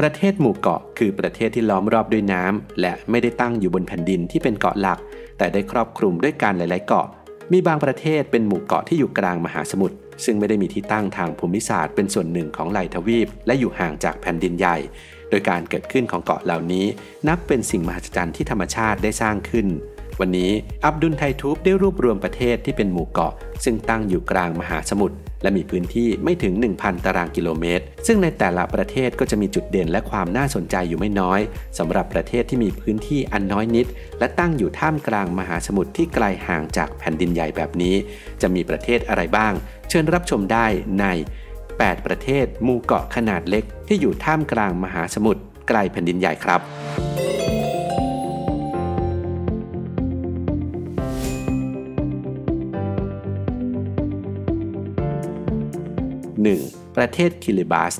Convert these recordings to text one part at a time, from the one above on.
ประเทศหมู่เกาะคือประเทศที่ล้อมรอบด้วยน้ำและไม่ได้ตั้งอยู่บนแผ่นดินที่เป็นเกาะหลักแต่ได้ครอบคลุมด้วยกันหลายๆเกาะมีบางประเทศเป็นหมู่เกาะที่อยู่กลางมหาสมุทรซึ่งไม่ได้มีที่ตั้งทางภูมิศาสตร์เป็นส่วนหนึ่งของไหล่ทวีปและอยู่ห่างจากแผ่นดินใหญ่โดยการเกิดขึ้นของเกาะเหล่านี้นับเป็นสิ่งมหัศจรรย์ที่ธรรมชาติได้สร้างขึ้นวันนี้อับดุลไททูบได้รวบรวมประเทศที่เป็นหมู่เกาะซึ่งตั้งอยู่กลางมหาสมุทรและมีพื้นที่ไม่ถึง 1,000 ตารางกิโลเมตรซึ่งในแต่ละประเทศก็จะมีจุดเด่นและความน่าสนใจอยู่ไม่น้อยสำหรับประเทศที่มีพื้นที่อันน้อยนิดและตั้งอยู่ท่ามกลางมหาสมุทรที่ไกลห่างจากแผ่นดินใหญ่แบบนี้จะมีประเทศอะไรบ้างเชิญรับชมได้ใน8ประเทศหมู่เกาะขนาดเล็กที่อยู่ท่ามกลางมหาสมุทรไกลแผ่นดินใหญ่ครับ1. ประเทศคิริบัส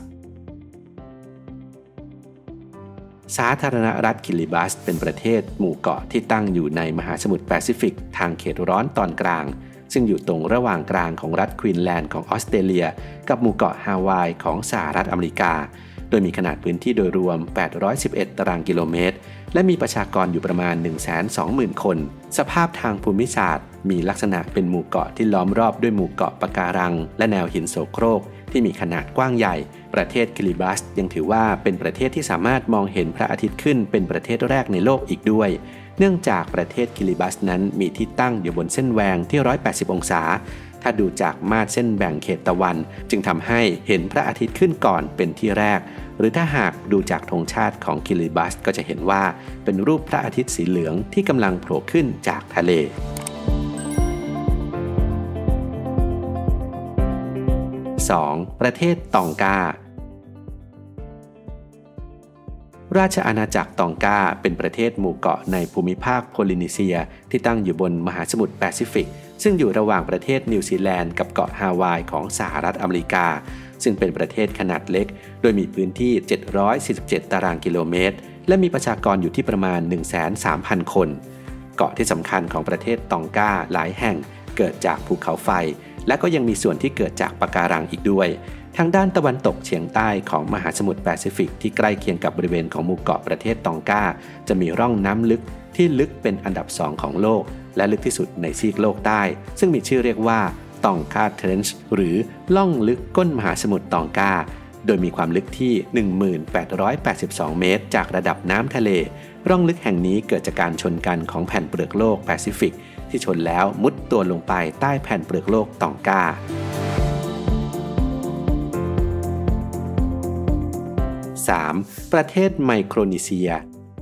สาธารณรัฐคิริบัสเป็นประเทศหมู่เกาะที่ตั้งอยู่ในมหาสมุทรแปซิฟิกทางเขตร้อนตอนกลางซึ่งอยู่ตรงระหว่างกลางของรัฐควีนแลนด์ของออสเตรเลียกับหมู่เกาะฮาวายของสหรัฐอเมริกาโดยมีขนาดพื้นที่โดยรวม811ตารางกิโลเมตรและมีประชากรอยู่ประมาณ 120,000 คนสภาพทางภูมิศาสตร์มีลักษณะเป็นหมู่เกาะที่ล้อมรอบด้วยหมู่เกาะปะการังและแนวหินโสโครกที่มีขนาดกว้างใหญ่ประเทศคิริบัสยังถือว่าเป็นประเทศที่สามารถมองเห็นพระอาทิตย์ขึ้นเป็นประเทศแรกในโลกอีกด้วยเนื่องจากประเทศคิริบัสนั้นมีที่ตั้งอยู่บนเส้นแหวงที่180องศาถ้าดูจากมาตรเส้นแบ่งเขตตะวันจึงทำให้เห็นพระอาทิตย์ขึ้นก่อนเป็นที่แรกหรือถ้าหากดูจากธงชาติของคิริบัสก็จะเห็นว่าเป็นรูปพระอาทิตย์สีเหลืองที่กำลังโผล่ขึ้นจากทะเล 2. ประเทศตองการาชอาณาจักรตองกาเป็นประเทศหมู่เกาะในภูมิภาคโพลินีเซียที่ตั้งอยู่บนมหาสมุทรแปซิฟิกซึ่งอยู่ระหว่างประเทศนิวซีแลนด์กับเกาะฮาวายของสหรัฐอเมริกาซึ่งเป็นประเทศขนาดเล็กโดยมีพื้นที่747ตารางกิโลเมตรและมีประชากรอยู่ที่ประมาณ 130,000 คนเกาะที่สำคัญของประเทศตองกาหลายแห่งเกิดจากภูเขาไฟและก็ยังมีส่วนที่เกิดจากปะการังอีกด้วยทางด้านตะวันตกเฉียงใต้ของมหาสมุทรแปซิฟิกที่ใกล้เคียงกับบริเวณของหมู่เกาะประเทศตองกาจะมีร่องน้ำลึกที่ลึกเป็นอันดับ2ของโลกและลึกที่สุดในซีกโลกใต้ซึ่งมีชื่อเรียกว่าตองกาเทรนช์หรือล่องลึกก้นมหาสมุทรตองกาโดยมีความลึกที่ 1882 เมตรจากระดับน้ำทะเลร่องลึกแห่งนี้เกิดจากการชนกันของแผ่นเปลือกโลกแปซิฟิกที่ชนแล้วมุดตัวลงไปใต้แผ่นเปลือกโลกตองกา 3. ประเทศไมโครนีเซีย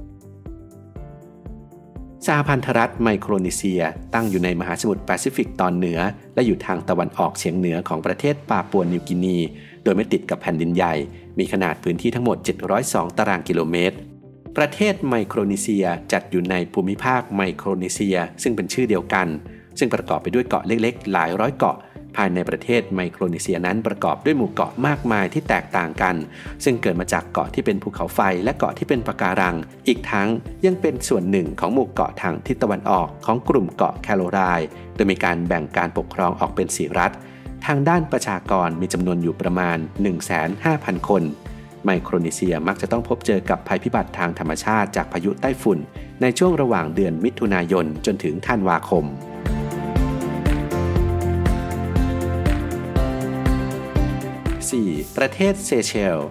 สหพันธรัฐไมโครนีเซียตั้งอยู่ในมหาสมุทรแปซิฟิกตอนเหนือและอยู่ทางตะวันออกเฉียงเหนือของประเทศปาปัวนิวกินีโดยไม่ติดกับแผ่นดินใหญ่มีขนาดพื้นที่ทั้งหมด702ตารางกิโลเมตรประเทศไมโครนีเซียจัดอยู่ในภูมิภาคไมโครนีเซียซึ่งเป็นชื่อเดียวกันซึ่งประกอบไปด้วยเกาะเล็กๆหลายร้อยเกาะภายในประเทศไมโครนีเซียนั้นประกอบด้วยหมู่เกาะมากมายที่แตกต่างกันซึ่งเกิดมาจากเกาะที่เป็นภูเขาไฟและเกาะที่เป็นปะการังอีกทั้งยังเป็นส่วนหนึ่งของหมู่เกาะทางทิศตะวันออกของกลุ่มเกาะแคโรไลน์โดยมีการแบ่งการปกครองออกเป็น4รัฐทางด้านประชากรมีจำนวนอยู่ประมาณ 150,000 คนไมโครนีเซียมักจะต้องพบเจอกับภัยพิบัติทางธรรมชาติจากพายุไต้ฝุ่นในช่วงระหว่างเดือนมิถุนายนจนถึงธันวาคม 4. ประเทศเซเชล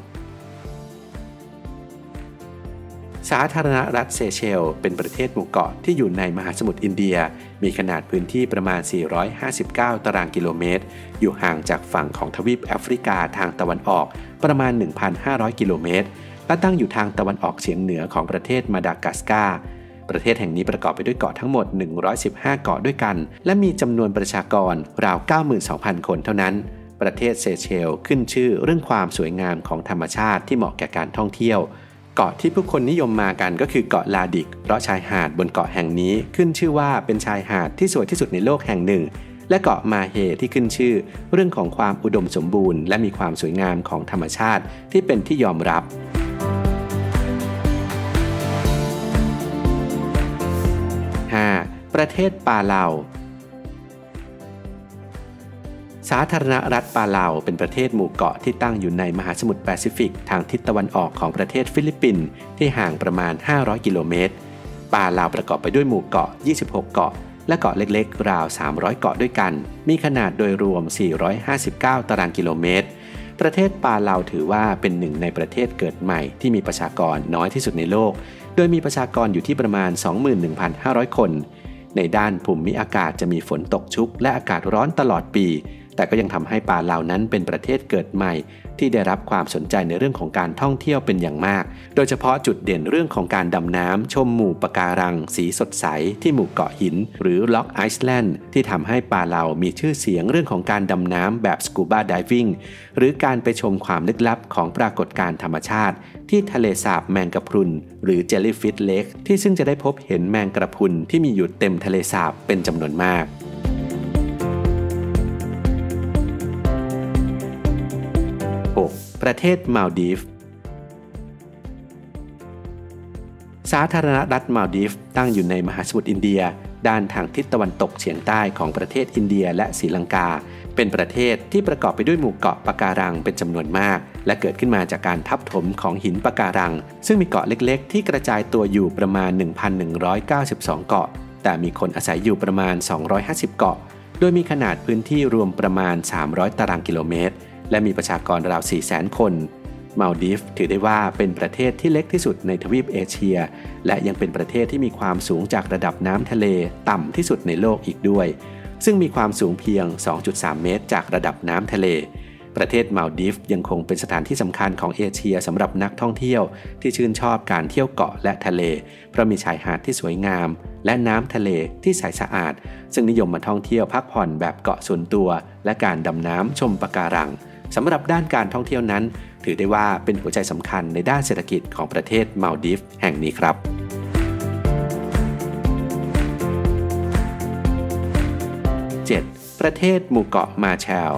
สาธารณรัฐเซเชลเป็นประเทศหมู่เกาะที่อยู่ในมหาสมุทรอินเดียมีขนาดพื้นที่ประมาณ459ตารางกิโลเมตรอยู่ห่างจากฝั่งของทวีปแอฟริกาทางตะวันออกประมาณ 1,500 กิโลเมตรและตั้งอยู่ทางตะวันออกเฉียงเหนือของประเทศมาดากัสการ์ประเทศแห่งนี้ประกอบไปด้วยเกาะทั้งหมด115เกาะด้วยกันและมีจำนวนประชากรราว 92,000 คนเท่านั้นประเทศเซเชลขึ้นชื่อเรื่องความสวยงามของธรรมชาติที่เหมาะแก่การท่องเที่ยวเกาะที่ผู้คนนิยมมากันก็คือเกาะลาดิกเพราะชายหาดบนเกาะแห่งนี้ขึ้นชื่อว่าเป็นชายหาดที่สวยที่สุดในโลกแห่งหนึ่งและเกาะมาเฮที่ขึ้นชื่อเรื่องของความอุดมสมบูรณ์และมีความสวยงามของธรรมชาติที่เป็นที่ยอมรับ 5. ประเทศปาเลาสาธารณรัฐปาเลาเป็นประเทศหมู่เกาะที่ตั้งอยู่ในมหาสมุทรแปซิฟิกทางทิศตะวันออกของประเทศฟิลิปปินส์ที่ห่างประมาณ500กิโลเมตรปาเลาประกอบไปด้วยหมู่เกาะ26เกาะและเกาะเล็กๆราว300เกาะด้วยกันมีขนาดโดยรวม459ตารางกิโลเมตรประเทศปาเลาถือว่าเป็นหนึ่งในประเทศเกิดใหม่ที่มีประชากรน้อยที่สุดในโลกโดยมีประชากรอยู่ที่ประมาณ 21,500 คนในด้านภูมิอากาศจะมีฝนตกชุกและอากาศร้อนตลอดปีแต่ก็ยังทำให้ปาเลานั้นเป็นประเทศเกิดใหม่ที่ได้รับความสนใจในเรื่องของการท่องเที่ยวเป็นอย่างมากโดยเฉพาะจุดเด่นเรื่องของการดำน้ำชมหมู่ปะการังสีสดใสที่หมู่เกาะหินหรือล็อกไอซ์แลนด์ที่ทำให้ปาเลามีชื่อเสียงเรื่องของการดำน้ำแบบสกูบาไดวิ่งหรือการไปชมความลึกลับของปรากฏการณ์ธรรมชาติที่ทะเลสาบแมงกะพรุนหรือเจลลี่ฟิชเลคที่ซึ่งจะได้พบเห็นแมงกระพรุนที่มีอยู่เต็มทะเลสาบเป็นจำนวนมากประเทศมาลดีฟสาธารณรัฐมาลดีฟตั้งอยู่ในมหาสมุทรอินเดียด้านทางทิศตะวันตกเฉียงใต้ของประเทศอินเดียและศรีลังกาเป็นประเทศที่ประกอบไปด้วยหมู่เกาะปะการังเป็นจำนวนมากและเกิดขึ้นมาจากการทับถมของหินปะการังซึ่งมีเกาะเล็กๆที่กระจายตัวอยู่ประมาณ 1,192 เกาะแต่มีคนอาศัยอยู่ประมาณ250เกาะโดยมีขนาดพื้นที่รวมประมาณ300ตารางกิโลเมตรและมีประชากรราว 400,000 คนมาลดีฟถือได้ว่าเป็นประเทศที่เล็กที่สุดในทวีปเอเชียและยังเป็นประเทศที่มีความสูงจากระดับน้ำทะเลต่ำที่สุดในโลกอีกด้วยซึ่งมีความสูงเพียง 2.3 เมตรจากระดับน้ำทะเลประเทศมาลดีฟยังคงเป็นสถานที่สำคัญของเอเชียสำหรับนักท่องเที่ยวที่ชื่นชอบการเที่ยวเกาะและทะเลเพราะมีชายหาดที่สวยงามและน้ำทะเลที่ใสสะอาดซึ่งนิยมมาท่องเที่ยวพักผ่อนแบบเกาะส่วนตัวและการดำน้ำชมปะการังสำหรับด้านการท่องเที่ยวนั้นถือได้ว่าเป็นหัวใจสำคัญในด้านเศรษฐกิจของประเทศมาลดีฟแห่งนี้ครับ 7. ประเทศหมู่เกาะมาแชล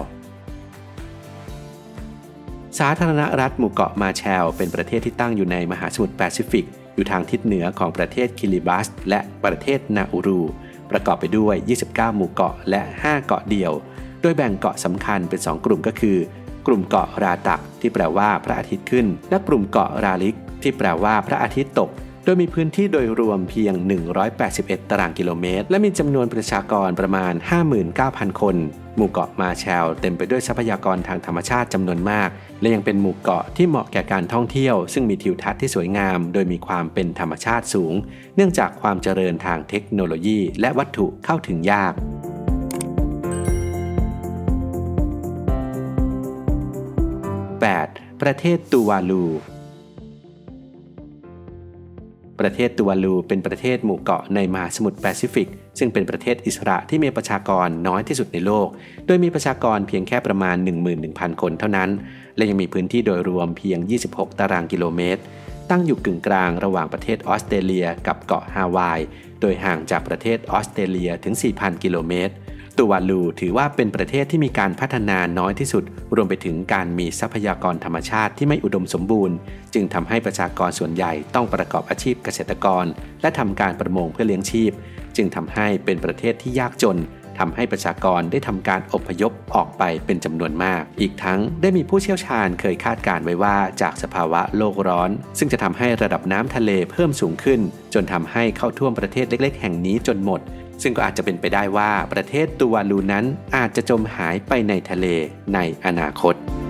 สาธารณรัฐหมู่เกาะมาแชลเป็นประเทศที่ตั้งอยู่ในมหาสมุทรแปซิฟิกอยู่ทางทิศเหนือของประเทศคิริบัสและประเทศนาอูรูประกอบไปด้วย29หมู่เกาะและ5เกาะเดี่ยวโดยแบ่งเกาะสำคัญเป็น2กลุ่มก็คือกลุ่มเกาะราตักที่แปลว่าพระอาทิตย์ขึ้นและกลุ่มเกาะราลิกที่แปลว่าพระอาทิตย์ตกโดยมีพื้นที่โดยรวมเพียง181ตารางกิโลเมตรและมีจำนวนประชากรประมาณ 59,000 คนหมู่เกาะมาแชลเต็มไปด้วยทรัพยากรทางธรรมชาติจำนวนมากและยังเป็นหมู่เกาะที่เหมาะแก่การท่องเที่ยวซึ่งมีทิวทัศน์ที่สวยงามโดยมีความเป็นธรรมชาติสูงเนื่องจากความเจริญทางเทคโนโลยีและวัตถุเข้าถึงยาก8. ประเทศตูวาลูประเทศตูวาลูเป็นประเทศหมู่เกาะในมหาสมุทรแปซิฟิกซึ่งเป็นประเทศอิสระที่มีประชากรน้อยที่สุดในโลกโดยมีประชากรเพียงแค่ประมาณ 11,000 คนเท่านั้นและยังมีพื้นที่โดยรวมเพียง26ตารางกิโลเมตรตั้งอยู่กึ่งกลางระหว่างประเทศออสเตรเลียกับเกาะฮาวายโดยห่างจากประเทศออสเตรเลียถึง 4,000 กิโลเมตรตูวาลูถือว่าเป็นประเทศที่มีการพัฒนาน้อยที่สุดรวมไปถึงการมีทรัพยากรธรรมชาติที่ไม่อุดมสมบูรณ์จึงทำให้ประชากรส่วนใหญ่ต้องประกอบอาชีพเกษตรกรและทำการประมงเพื่อเลี้ยงชีพจึงทำให้เป็นประเทศที่ยากจนทำให้ประชากรได้ทำการอพยพออกไปเป็นจำนวนมากอีกทั้งได้มีผู้เชี่ยวชาญเคยคาดการณ์ไว้ว่าจากสภาวะโลกร้อนซึ่งจะทำให้ระดับน้ำทะเลเพิ่มสูงขึ้นจนทำให้เข้าท่วมประเทศเล็กๆแห่งนี้จนหมดซึ่งก็อาจจะเป็นไปได้ว่าประเทศตูวาลูนั้นอาจจะจมหายไปในทะเลในอนาคต